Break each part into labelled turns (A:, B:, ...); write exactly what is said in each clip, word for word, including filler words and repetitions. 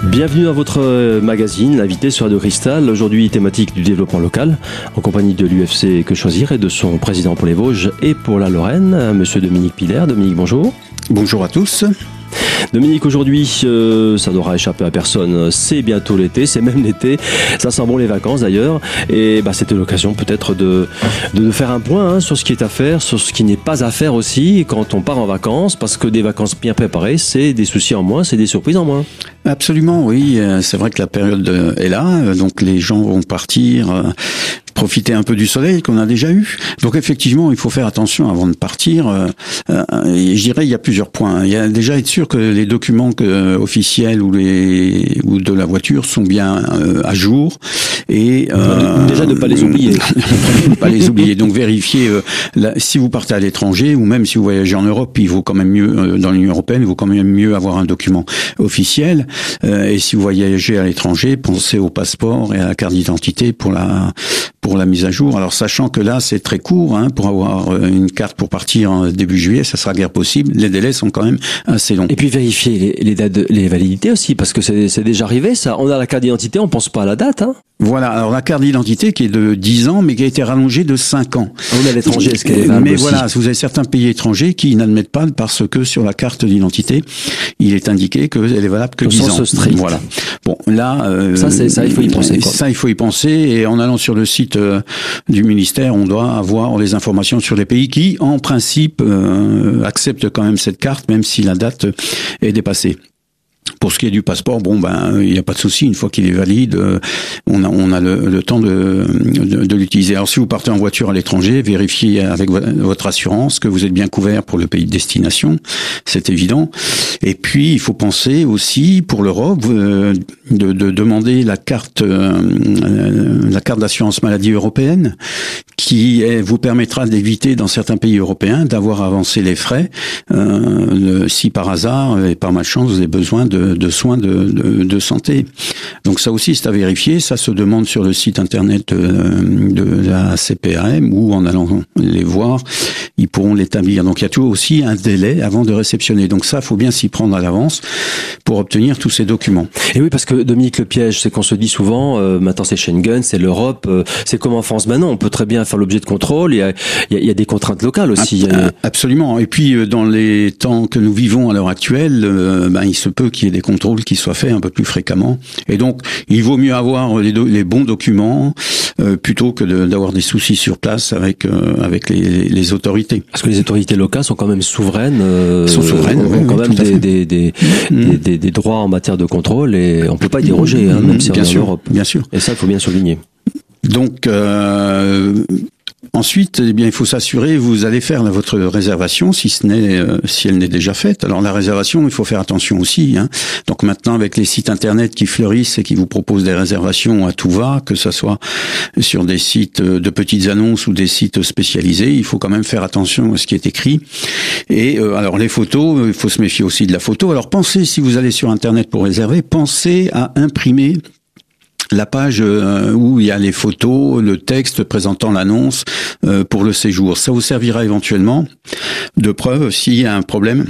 A: Bienvenue dans votre magazine, l'invité sur Radio Cristal. Aujourd'hui, thématique du développement local, en compagnie de l'U F C Que Choisir et de son président pour les Vosges et pour la Lorraine, monsieur Dominique Piller. Dominique, bonjour.
B: Bonjour à tous.
A: Dominique, aujourd'hui, euh, ça n'aura échappé à personne, c'est bientôt l'été, c'est même l'été, ça sent bon les vacances d'ailleurs, et bah, c'était l'occasion peut-être de, de, de faire un point hein, sur ce qui est à faire, sur ce qui n'est pas à faire aussi quand on part en vacances, parce que des vacances bien préparées, c'est des soucis en moins, c'est des surprises en moins.
B: Absolument, oui, c'est vrai que la période est là, donc les gens vont partir, profiter un peu du soleil qu'on a déjà eu. Donc effectivement, il faut faire attention avant de partir. Euh, et je dirais il y a plusieurs points. Il y a déjà être sûr que les documents que, officiels ou les ou de la voiture sont bien euh, à jour et
A: euh, déjà ne pas les oublier.
B: ne pas les oublier. Donc vérifier euh, la, si vous partez à l'étranger ou même si vous voyagez en Europe, il vaut quand même mieux euh, dans l'Union européenne, il vaut quand même mieux avoir un document officiel. Euh, et si vous voyagez à l'étranger, pensez au passeport et à la carte d'identité pour la pour la mise à jour. Alors sachant que là c'est très court, hein, pour avoir une carte pour partir en début juillet, ça sera guère possible. Les délais sont quand même assez longs.
A: Et puis vérifier les, les dates, de, les validités aussi, parce que c'est, c'est déjà arrivé ça. On a la carte d'identité, on pense pas à la date. Hein.
B: Voilà, alors la carte d'identité qui est de dix ans, mais qui a été rallongée de cinq ans.
A: On est à l'étranger, est-ce qu'elle est
B: valable Mais
A: aussi
B: voilà, vous avez certains pays étrangers qui n'admettent pas parce que sur la carte d'identité, il est indiqué qu'elle est valable que dix ans.
A: Strict.
B: Voilà. Bon, là, euh,
A: ça, c'est, ça, il faut y penser. Quoi.
B: Ça, il faut y penser. Et en allant sur le site euh, du ministère, on doit avoir les informations sur les pays qui, en principe, euh, acceptent quand même cette carte, même si la date est dépassée. Pour ce qui est du passeport, bon ben il n'y a pas de souci, une fois qu'il est valide, euh, on a on a le, le temps de, de de l'utiliser. Alors si vous partez en voiture à l'étranger, vérifiez avec vo- votre assurance que vous êtes bien couvert pour le pays de destination, c'est évident. Et puis il faut penser aussi pour l'Europe euh, de, de demander la carte euh, la carte d'assurance maladie européenne qui est, vous permettra d'éviter dans certains pays européens d'avoir avancé les frais euh, le, si par hasard et par malchance vous avez besoin de De, de soins de, de, de santé. Donc ça aussi c'est à vérifier, ça se demande sur le site internet de, de la C P A M ou en allant les voir, ils pourront l'établir. Donc il y a toujours aussi un délai avant de réceptionner. Donc ça, faut bien s'y prendre à l'avance pour obtenir tous ces documents.
A: Et oui, parce que Dominique, le piège, c'est qu'on se dit souvent, euh, maintenant c'est Schengen, c'est l'Europe, euh, c'est comme en France maintenant, on peut très bien faire l'objet de contrôles, il y a, il y a, il y a des contraintes locales aussi.
B: Ah, absolument. Et puis dans les temps que nous vivons à l'heure actuelle, euh, ben, il se peut qu'il y ait des contrôles qui soient faits un peu plus fréquemment. Et donc, il vaut mieux avoir les, do- les bons documents euh, plutôt que de, d'avoir des soucis sur place avec euh, avec les, les autorités.
A: Parce que les autorités locales sont quand même souveraines. Euh,
B: sont souveraines,
A: ont
B: oui,
A: quand
B: oui,
A: même des des, des, mmh. des, des, des droits en matière de contrôle et on peut pas y déroger, hein, même si on est en Europe.
B: Bien sûr.
A: Et ça, il faut bien souligner.
B: Donc, euh, ensuite, eh bien, il faut s'assurer, vous allez faire là, votre réservation, si ce n'est, euh, si elle n'est déjà faite. Alors, la réservation, il faut faire attention aussi, hein. Donc, maintenant, avec les sites internet qui fleurissent et qui vous proposent des réservations à tout va, que ce soit sur des sites de petites annonces ou des sites spécialisés, il faut quand même faire attention à ce qui est écrit. Et, euh, alors, les photos, il faut se méfier aussi de la photo. Alors, pensez, si vous allez sur internet pour réserver, pensez à imprimer la page où il y a les photos, le texte présentant l'annonce pour le séjour. Ça vous servira éventuellement de preuve s'il y a un problème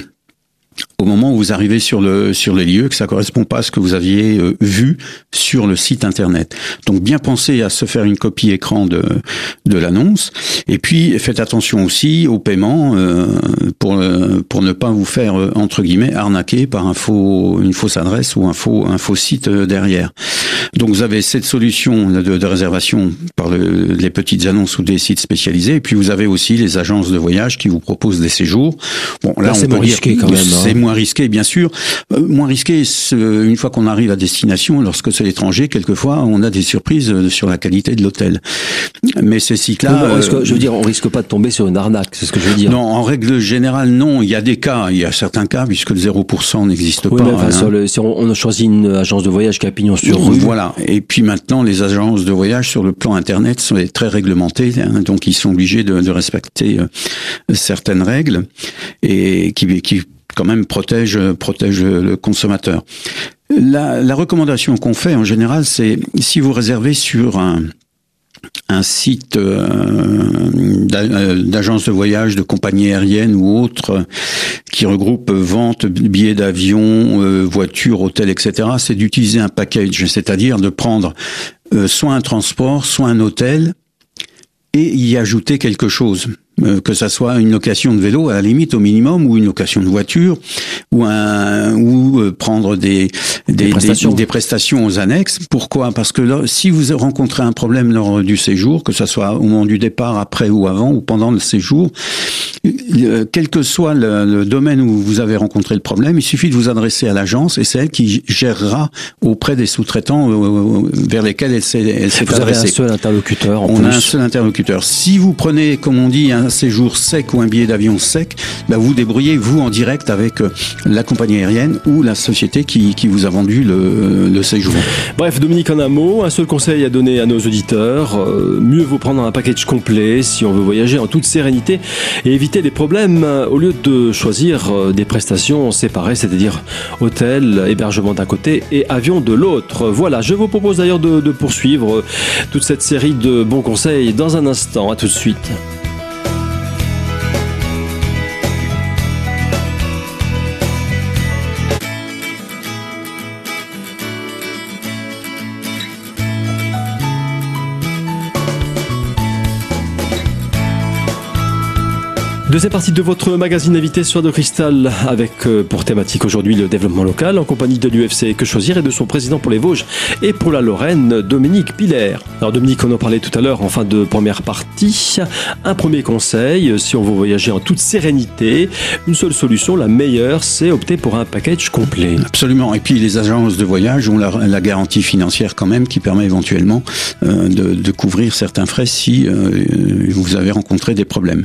B: au moment où vous arrivez sur le sur les lieux, que ça correspond pas à ce que vous aviez euh, vu sur le site internet. Donc bien penser à se faire une copie écran de de l'annonce et puis faites attention aussi au paiement euh, pour euh, pour ne pas vous faire euh, entre guillemets arnaquer par un faux une fausse adresse ou un faux un faux site euh, derrière. Donc vous avez cette solution de, de réservation par le, les petites annonces ou des sites spécialisés et puis vous avez aussi les agences de voyage qui vous proposent des séjours. Bon là, là
A: c'est
B: on peut
A: moins
B: dire
A: risqué quand même. Hein.
B: C'est moins risqué, bien sûr. Euh, moins risqué, une fois qu'on arrive à destination, lorsque c'est l'étranger, quelquefois, on a des surprises sur la qualité de l'hôtel. Mais ces sites-là...
A: Non, risque, je veux dire, on risque pas de tomber sur une arnaque, c'est ce que je veux dire.
B: Non, en règle générale, non. Il y a des cas, il y a certains cas, puisque le zéro pour cent n'existe
A: oui,
B: pas.
A: Mais enfin,
B: hein.
A: sur le, si on, on choisit une agence de voyage qui a pignon sur rue...
B: Voilà. Et puis maintenant, les agences de voyage sur le plan Internet sont très réglementées, hein, donc ils sont obligés de, de respecter euh, certaines règles et qui... qui quand même protège protège le consommateur. La, la recommandation qu'on fait en général, c'est si vous réservez sur un un site euh, d'agence de voyage, de compagnie aérienne ou autre qui regroupe vente, billets d'avion, euh, voitures, hôtels, et cetera, c'est d'utiliser un package, c'est-à-dire de prendre euh, soit un transport, soit un hôtel et y ajouter quelque chose. Euh, que ça soit une location de vélo à la limite au minimum, ou une location de voiture, ou un ou euh, prendre des des, des, prestations. Des, des prestations aux annexes. Pourquoi ? Parce que là, si vous rencontrez un problème lors du séjour, que ça soit au moment du départ, après ou avant, ou pendant le séjour, euh, quel que soit le, le domaine où vous avez rencontré le problème, il suffit de vous adresser à l'agence et c'est elle qui gérera auprès des sous-traitants euh, vers lesquels elle s'est elle s'est
A: vous
B: adressée.
A: Avez un seul interlocuteur. En
B: on
A: plus.
B: a un seul interlocuteur. Si vous prenez, comme on dit, un séjour sec ou un billet d'avion sec, bah vous débrouillez vous en direct avec la compagnie aérienne ou la société qui, qui vous a vendu le, le séjour.
A: Bref, Dominique, en un mot, un seul conseil à donner à nos auditeurs, euh, mieux vaut prendre un package complet si on veut voyager en toute sérénité et éviter les problèmes au lieu de choisir des prestations séparées, c'est-à-dire hôtel, hébergement d'un côté et avion de l'autre. Voilà, je vous propose d'ailleurs de, de poursuivre toute cette série de bons conseils dans un instant. À tout de suite. Deuxième partie de votre magazine invité sur de Cristal avec euh, pour thématique aujourd'hui le développement local en compagnie de l'U F C Que Choisir et de son président pour les Vosges et pour la Lorraine, Dominique Piller. Alors Dominique, on en parlait tout à l'heure en fin de première partie. Un premier conseil, si on veut voyager en toute sérénité, une seule solution, la meilleure, c'est opter pour un package complet.
B: Absolument. Et puis les agences de voyage ont la, la garantie financière quand même qui permet éventuellement euh, de, de couvrir certains frais si euh, vous avez rencontré des problèmes.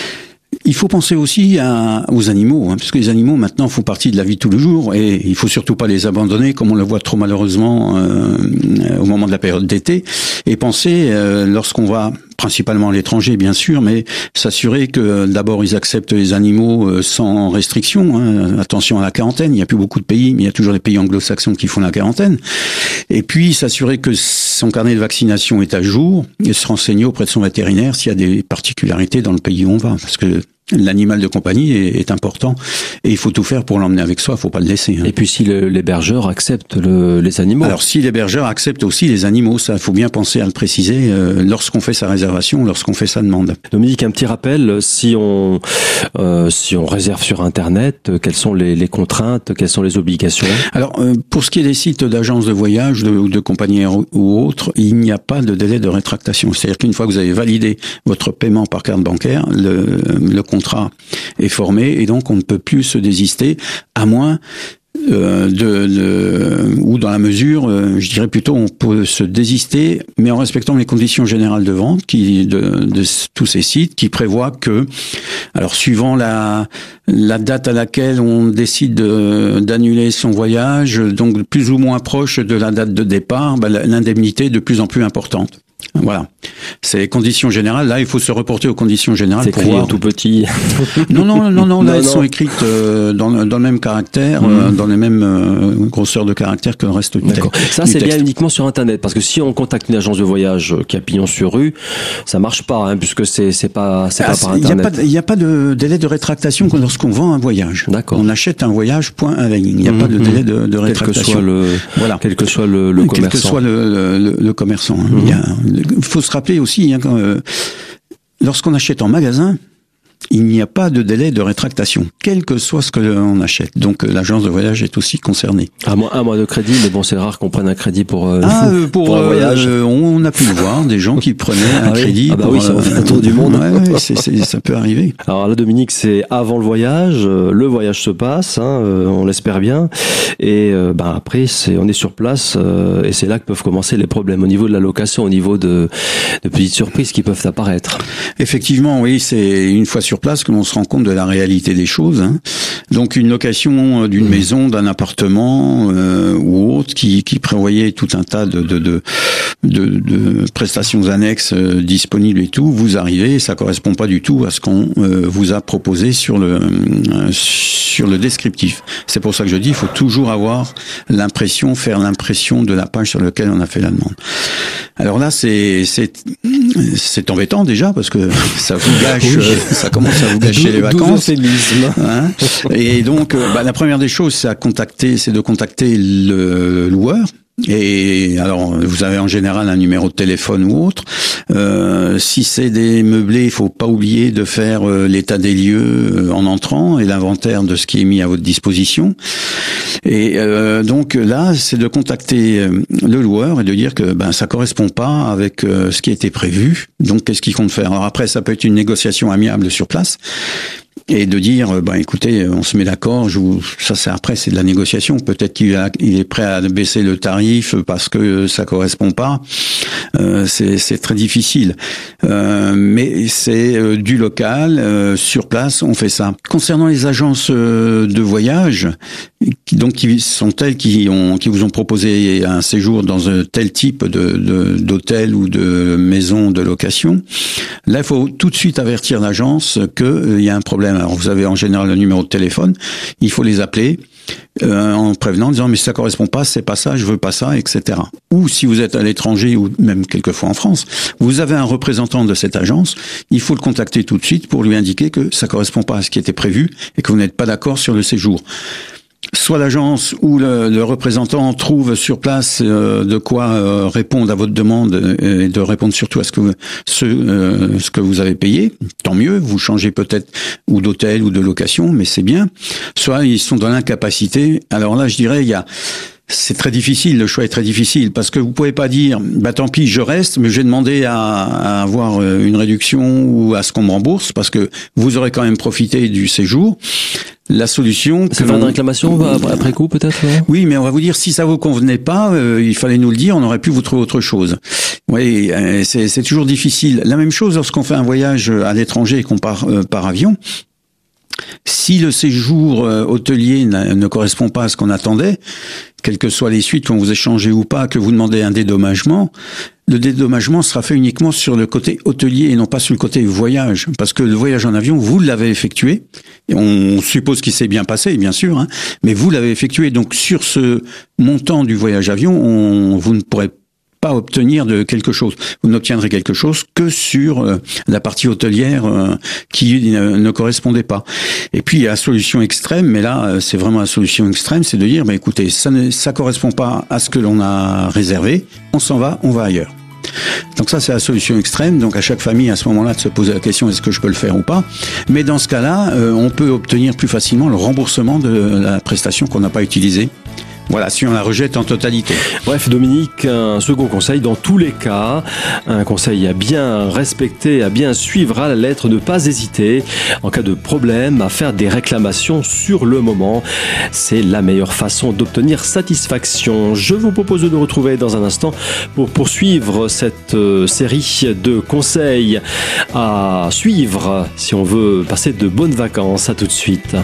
B: Il faut penser aussi à, aux animaux, hein, parce que les animaux maintenant font partie de la vie de tous les jours et il faut surtout pas les abandonner comme on le voit trop malheureusement euh, au moment de la période d'été. Et penser euh, lorsqu'on va principalement à l'étranger bien sûr, mais s'assurer que d'abord ils acceptent les animaux euh, sans restriction. Hein. Attention à la quarantaine, il n'y a plus beaucoup de pays, mais il y a toujours les pays anglo-saxons qui font la quarantaine. Et puis s'assurer que son carnet de vaccination est à jour et se renseigner auprès de son vétérinaire s'il y a des particularités dans le pays où on va, parce que l'animal de compagnie est, est important et il faut tout faire pour l'emmener avec soi, il faut pas le laisser. Hein.
A: Et puis si le, l'hébergeur accepte le, les animaux.
B: Alors si l'hébergeur accepte aussi les animaux, ça il faut bien penser à le préciser euh, lorsqu'on fait sa réservation, lorsqu'on fait sa demande.
A: Dominique, un petit rappel, si on euh, si on réserve sur Internet, quelles sont les, les contraintes, quelles sont les obligations?
B: Alors euh, pour ce qui est des sites d'agences de voyage ou de, de compagnies ou autres, il n'y a pas de délai de rétractation. C'est-à-dire qu'une fois que vous avez validé votre paiement par carte bancaire, le, le contrat est formé et donc on ne peut plus se désister à moins euh, de, de ou dans la mesure, euh, je dirais plutôt, on peut se désister, mais en respectant les conditions générales de vente qui de, de tous ces sites qui prévoient que, alors suivant la la date à laquelle on décide de, d'annuler son voyage, donc plus ou moins proche de la date de départ, bah, l'indemnité est de plus en plus importante. Voilà, c'est les conditions générales. Là, il faut se reporter aux conditions générales.
A: C'est écrit en tout petit.
B: Non, non, non, non. Là,
A: non,
B: elles
A: non.
B: sont écrites euh, dans, dans le même caractère, mmh. euh, dans les mêmes euh, grosseurs de caractère que le reste du
A: D'accord.
B: texte.
A: Ça, c'est bien uniquement sur Internet, parce que si on contacte une agence de voyage qui a pignon sur rue, ça marche pas, hein, puisque c'est c'est pas c'est
B: ah,
A: pas par Internet.
B: Il n'y a, a pas de délai de rétractation que lorsqu'on vend un voyage.
A: D'accord.
B: On achète un voyage, point à la ligne. Il n'y a mmh, pas de délai de, de rétractation.
A: Quel que soit le,
B: voilà.
A: Quel que soit le, le commerçant.
B: Quel que soit le, le, le commerçant. Hein. Mmh. Il faut se rappeler aussi, hein, quand, euh, lorsqu'on achète en magasin, il n'y a pas de délai de rétractation, quel que soit ce que l'on achète. Donc euh, l'agence de voyage est aussi concernée.
A: À moins, un mois de crédit, mais bon, c'est rare qu'on prenne un crédit pour, euh,
B: ah, euh, pour,
A: pour un
B: euh,
A: voyage.
B: Euh, on a pu le voir, des gens qui prenaient un
A: ah oui.
B: crédit.
A: Ah bah
B: pour,
A: oui, ça va faire un tour du monde.
B: Ouais, ouais, c'est, c'est, ça peut arriver.
A: Alors là, Dominique, c'est avant le voyage. Le voyage se passe, hein, on l'espère bien. Et euh, bah, après, c'est, on est sur place euh, et c'est là que peuvent commencer les problèmes au niveau de la location, au niveau de, de petites surprises qui peuvent apparaître.
B: Effectivement, oui, c'est une fois sur place que l'on se rend compte de la réalité des choses. Hein. Donc une location d'une mmh. maison, d'un appartement euh, ou autre qui, qui prévoyait tout un tas de, de, de, de, de prestations annexes euh, disponibles et tout, vous arrivez et ça correspond pas du tout à ce qu'on euh, vous a proposé sur le euh, sur le descriptif. C'est pour ça que je dis, il faut toujours avoir l'impression, faire l'impression de la page sur laquelle on a fait la demande. Alors là, c'est c'est c'est embêtant déjà parce que ça vous gâche, oui. euh, ça commence à vous gâcher les vacances. Hein. Et donc, euh, bah, la première des choses, c'est à contacter, c'est de contacter le loueur. Et alors, vous avez en général un numéro de téléphone ou autre. Euh, si c'est des meublés, il faut pas oublier de faire euh, l'état des lieux euh, en entrant et l'inventaire de ce qui est mis à votre disposition. Et euh, donc là, c'est de contacter euh, le loueur et de dire que ben ça correspond pas avec euh, ce qui était prévu. Donc, qu'est-ce qu'il compte faire? Alors après, ça peut être une négociation amiable sur place. Et de dire, ben écoutez, on se met d'accord. Je vous, ça c'est après, c'est de la négociation. Peut-être qu'il a, il est prêt à baisser le tarif parce que ça correspond pas. Euh, c'est, c'est très difficile. Euh, mais c'est euh, du local, euh, sur place, on fait ça. Concernant les agences euh, de voyage, qui, donc qui sont telles qui ont, qui vous ont proposé un séjour dans un tel type de, de d'hôtel ou de maison de location, là il faut tout de suite avertir l'agence que euh, il y a un problème. Alors vous avez en général le numéro de téléphone, il faut les appeler euh, en prévenant, en disant mais ça correspond pas, c'est pas ça, je veux pas ça, et cetera. Ou si vous êtes à l'étranger ou même quelquefois en France, vous avez un représentant de cette agence, il faut le contacter tout de suite pour lui indiquer que ça correspond pas à ce qui était prévu et que vous n'êtes pas d'accord sur le séjour. Soit l'agence ou le, le représentant trouve sur place euh, de quoi euh, répondre à votre demande et de répondre surtout à ce que vous, ce, euh, ce que vous avez payé, tant mieux, vous changez peut-être ou d'hôtel ou de location, mais c'est bien. Soit ils sont dans l'incapacité. Alors là, je dirais, il y a c'est très difficile, le choix est très difficile, parce que vous pouvez pas dire, bah tant pis, je reste, mais je vais demander à, à avoir une réduction ou à ce qu'on me rembourse, parce que vous aurez quand même profité du séjour. La solution...
A: C'est faire une réclamation après coup, peut-être?
B: Oui, mais on va vous dire, si ça vous convenait pas, euh, il fallait nous le dire, on aurait pu vous trouver autre chose. Oui, euh, c'est, c'est toujours difficile. La même chose lorsqu'on fait un voyage à l'étranger et qu'on part euh, par avion. Si le séjour euh, hôtelier ne correspond pas à ce qu'on attendait, quelles que soient les suites qu'on vous échangez ou pas, que vous demandez un dédommagement, le dédommagement sera fait uniquement sur le côté hôtelier et non pas sur le côté voyage. Parce que le voyage en avion, vous l'avez effectué. Et on suppose qu'il s'est bien passé, bien sûr, hein, mais vous l'avez effectué. Donc sur ce montant du voyage avion, on, vous ne pourrez pas obtenir de quelque chose. Vous n'obtiendrez quelque chose que sur euh, la partie hôtelière euh, qui euh, ne correspondait pas. Et puis il y a la solution extrême, mais là euh, c'est vraiment la solution extrême, c'est de dire, bah, écoutez, ça ne ça correspond pas à ce que l'on a réservé, on s'en va, on va ailleurs. Donc ça c'est la solution extrême. Donc à chaque famille à ce moment-là de se poser la question, est-ce que je peux le faire ou pas. Mais dans ce cas-là, euh, on peut obtenir plus facilement le remboursement de la prestation qu'on n'a pas utilisée. Voilà, si on la rejette en totalité.
A: Bref, Dominique, un second conseil, dans tous les cas, un conseil à bien respecter, à bien suivre à la lettre, ne pas hésiter, en cas de problème, à faire des réclamations sur le moment. C'est la meilleure façon d'obtenir satisfaction. Je vous propose de nous retrouver dans un instant pour poursuivre cette série de conseils à suivre si on veut passer de bonnes vacances. À tout de suite.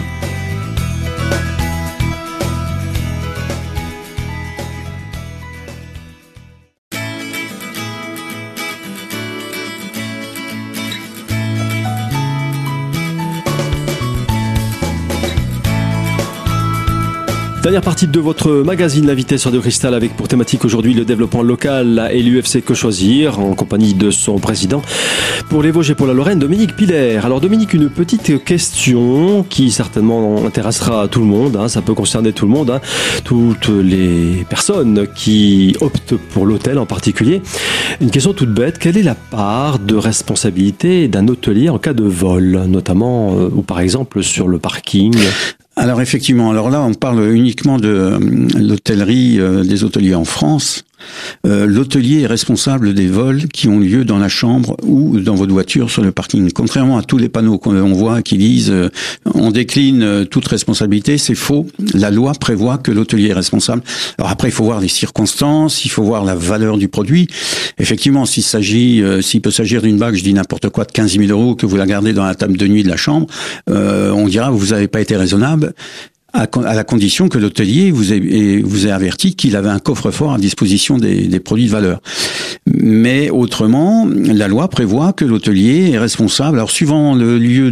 A: Dernière partie de votre magazine La Vitesse Radio Cristal avec pour thématique aujourd'hui le développement local et l'U F C Que Choisir en compagnie de son président pour les Vosges et pour la Lorraine, Dominique Piller. Alors Dominique, une petite question qui certainement intéressera tout le monde, hein, ça peut concerner tout le monde, hein, toutes les personnes qui optent pour l'hôtel en particulier. Une question toute bête, quelle est la part de responsabilité d'un hôtelier en cas de vol, notamment euh, ou par exemple sur le parking ?
B: Alors effectivement, alors là on parle uniquement de l'hôtellerie euh, des hôteliers en France. euh, l'hôtelier est responsable des vols qui ont lieu dans la chambre ou dans votre voiture sur le parking. Contrairement à tous les panneaux qu'on voit qui disent euh, on décline euh, toute responsabilité, c'est faux. La loi prévoit que l'hôtelier est responsable. Alors après, il faut voir les circonstances, il faut voir la valeur du produit. Effectivement, s'il s'agit, euh, s'il peut s'agir d'une bague, je dis n'importe quoi, de quinze mille euros, que vous la gardez dans la table de nuit de la chambre, euh, on dira vous n'avez pas été raisonnable. À la condition que l'hôtelier vous ait, vous ait averti qu'il avait un coffre-fort à disposition des, des produits de valeur. Mais autrement, la loi prévoit que l'hôtelier est responsable. Alors, suivant le lieu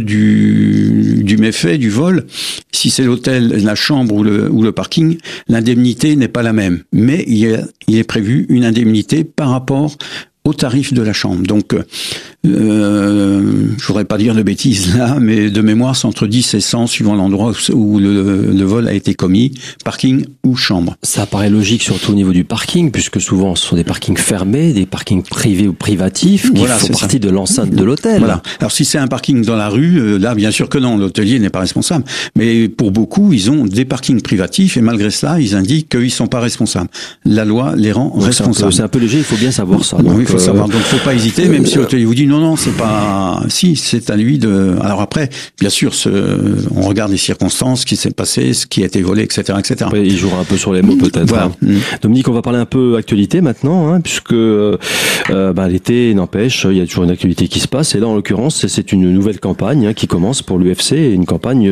B: du, du méfait, du vol, si c'est l'hôtel, la chambre ou le, ou le parking, l'indemnité n'est pas la même. Mais il, y a, il est prévu une indemnité par rapport au tarif de la chambre. Donc, euh, je voudrais pas dire de bêtises là, mais de mémoire, c'est entre dix et cent suivant l'endroit où le, le vol a été commis, parking ou chambre.
A: Ça paraît logique, surtout au niveau du parking, puisque souvent ce sont des parkings fermés, des parkings privés ou privatifs, qui voilà, font partie ça. de l'enceinte de l'hôtel.
B: Voilà. Alors si c'est un parking dans la rue, là, bien sûr que non, l'hôtelier n'est pas responsable. Mais pour beaucoup, ils ont des parkings privatifs et malgré cela, ils indiquent qu'ils sont pas responsables. La loi les rend Donc responsables.
A: C'est un, un peu léger, il faut bien savoir ça.
B: Donc, oui, il faut euh, savoir. Donc, faut pas hésiter, même euh, si l'hôtelier vous dit non, non, c'est pas. Si, c'est à lui de. Alors après, bien sûr, ce... on regarde les circonstances, ce qui s'est passé, ce qui a été volé, et cetera, et cetera.
A: Après, il jouera un peu sur les mots peut-être. Voilà. Hein. Mmh. Dominique, on va parler un peu actualité maintenant, hein, puisque euh, bah, l'été n'empêche, il y a toujours une actualité qui se passe. Et là, en l'occurrence, c'est une nouvelle campagne hein, qui commence pour l'U F C, une campagne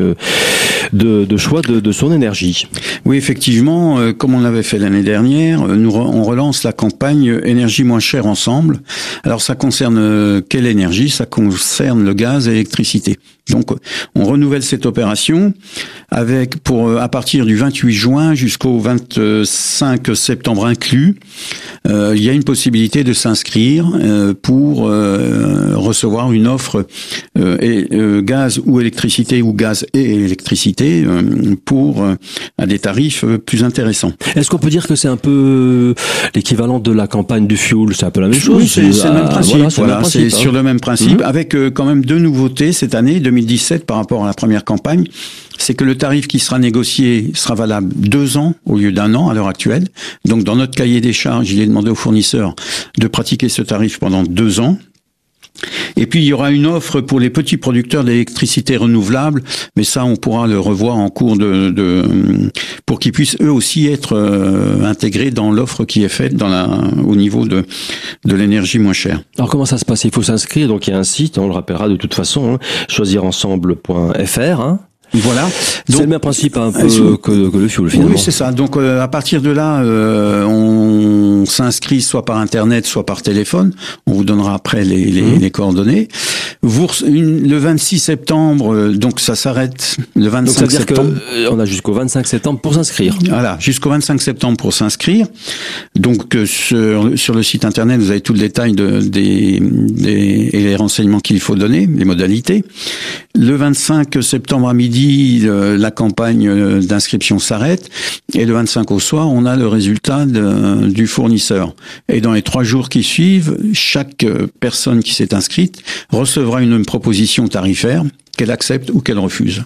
A: de, de choix de, de son énergie.
B: Oui, effectivement, euh, comme on l'avait fait l'année dernière, nous re, on relance la campagne énergie moins chère ensemble. Alors, ça concerne euh, quelle énergie ? Ça concerne le gaz et l'électricité. Donc, on renouvelle cette opération avec, pour à partir du vingt-huit juin jusqu'au vingt-cinq septembre inclus, euh, il y a une possibilité de s'inscrire euh, pour euh, recevoir une offre euh, et, euh, gaz ou électricité ou gaz et électricité euh, pour euh, à des tarifs plus intéressants.
A: Est-ce qu'on peut dire que c'est un peu l'équivalent de la campagne du fuel ? C'est un peu la même chose.
B: Oui, c'est, c'est, ah, le même principe. Voilà, c'est, voilà, le même principe, c'est hein. sur le même principe, mmh. avec euh, quand même deux nouveautés cette année, deux mille dix-sept par rapport à la première campagne. C'est que le tarif qui sera négocié sera valable deux ans au lieu d'un an à l'heure actuelle. Donc, dans notre cahier des charges, il est demandé aux fournisseurs de pratiquer ce tarif pendant deux ans. Et puis, il y aura une offre pour les petits producteurs d'électricité renouvelable, mais ça, on pourra le revoir en cours de, de pour qu'ils puissent eux aussi être euh, intégrés dans l'offre qui est faite dans la, au niveau de, de l'énergie moins chère.
A: Alors, comment ça se passe ? Il faut s'inscrire, donc il y a un site, on le rappellera de toute façon, hein, choisir ensemble point f r, hein.
B: Voilà.
A: Donc, c'est le même principe un peu euh, que, que le fuel finalement.
B: Oui, c'est ça. Donc euh, à partir de là, euh, on s'inscrit soit par internet, soit par téléphone. On vous donnera après les, les, mmh. les coordonnées. Vous, une, le vingt-six septembre, euh, donc ça s'arrête le vingt-cinq donc, septembre.
A: Donc ça veut dire qu'on a jusqu'au vingt-cinq septembre pour s'inscrire.
B: Voilà, jusqu'au vingt-cinq septembre pour s'inscrire. Donc euh, sur, sur le site internet, vous avez tout le détail de, des, des et les renseignements qu'il faut donner, les modalités. Le vingt-cinq septembre à midi, la campagne d'inscription s'arrête et le vingt-cinq au soir, on a le résultat de, du fournisseur. Et dans les trois jours qui suivent, chaque personne qui s'est inscrite recevra une, une proposition tarifaire qu'elle accepte ou qu'elle refuse.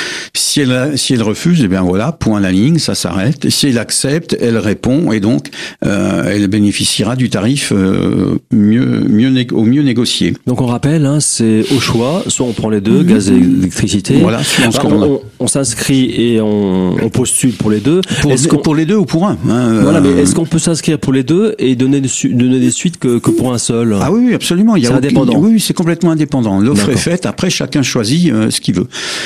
B: Si elle, si elle refuse, eh bien voilà, point à la ligne, ça s'arrête. Et si elle accepte, elle répond et donc euh, elle bénéficiera du tarif euh, mieux, mieux né- au mieux négocié.
A: Donc on rappelle, hein, c'est au choix, soit on prend les deux, mmh. gaz et électricité.
B: Voilà,
A: enfin, on, on, on s'inscrit et on, on postule pour les deux.
B: Pour, est-ce qu'on, pour les deux ou pour un hein,
A: Voilà, mais est-ce qu'on peut s'inscrire pour les deux et donner, des su- donner des suites que, que pour un seul ?
B: Ah oui, oui, absolument. Il y a
A: c'est aucun, indépendant.
B: Oui, c'est complètement indépendant. L'offre D'accord. est faite. Après, chacun choisit euh, ce qu'il veut.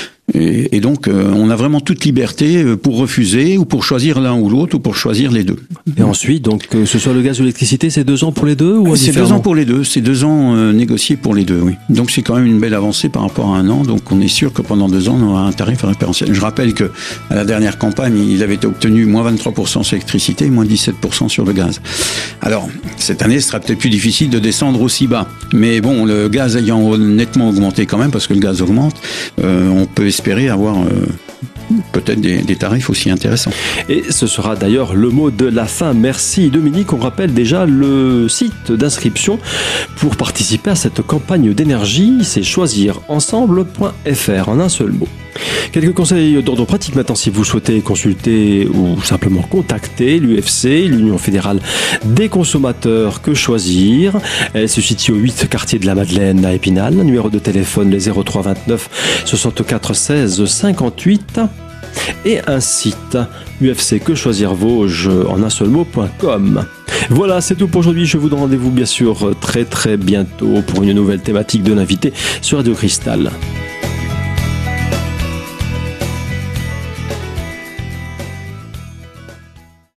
B: Et, et donc, euh, on a vraiment toute liberté pour refuser ou pour choisir l'un ou l'autre ou pour choisir les deux.
A: Et ensuite, donc, que ce soit le gaz ou l'électricité, c'est deux ans pour les deux ou
B: c'est deux ans pour les deux. C'est deux ans euh, négociés pour les deux, oui. Donc, c'est quand même une belle avancée par rapport à un an. Donc, on est sûr que pendant deux ans, on aura un tarif référentiel. Je rappelle que à la dernière campagne, il avait obtenu moins vingt-trois pour cent sur l'électricité, moins dix-sept pour cent sur le gaz. Alors, cette année, ce sera peut-être plus difficile de descendre aussi bas. Mais bon, le gaz ayant nettement augmenté quand même, parce que le gaz augmente, euh, on peut espérer avoir euh, peut-être des, des tarifs aussi intéressants.
A: Et ce sera d'ailleurs le mot de la fin. Merci Dominique. On rappelle déjà le site d'inscription pour participer à cette campagne d'énergie. C'est choisir ensemble point f r en un seul mot. Quelques conseils d'ordre pratique maintenant si vous souhaitez consulter ou simplement contacter l'U F C, l'Union fédérale des consommateurs. Que choisir? Elle se situe au huit quartier de la Madeleine à Épinal. Numéro de téléphone les zéro trois vingt-neuf soixante-quatre seize cinquante-huit et un site U F C que choisir Vosges en un seul mot point com. Voilà, c'est tout pour aujourd'hui. Je vous donne rendez-vous bien sûr très très bientôt pour une nouvelle thématique de l'invité sur Radio Cristal.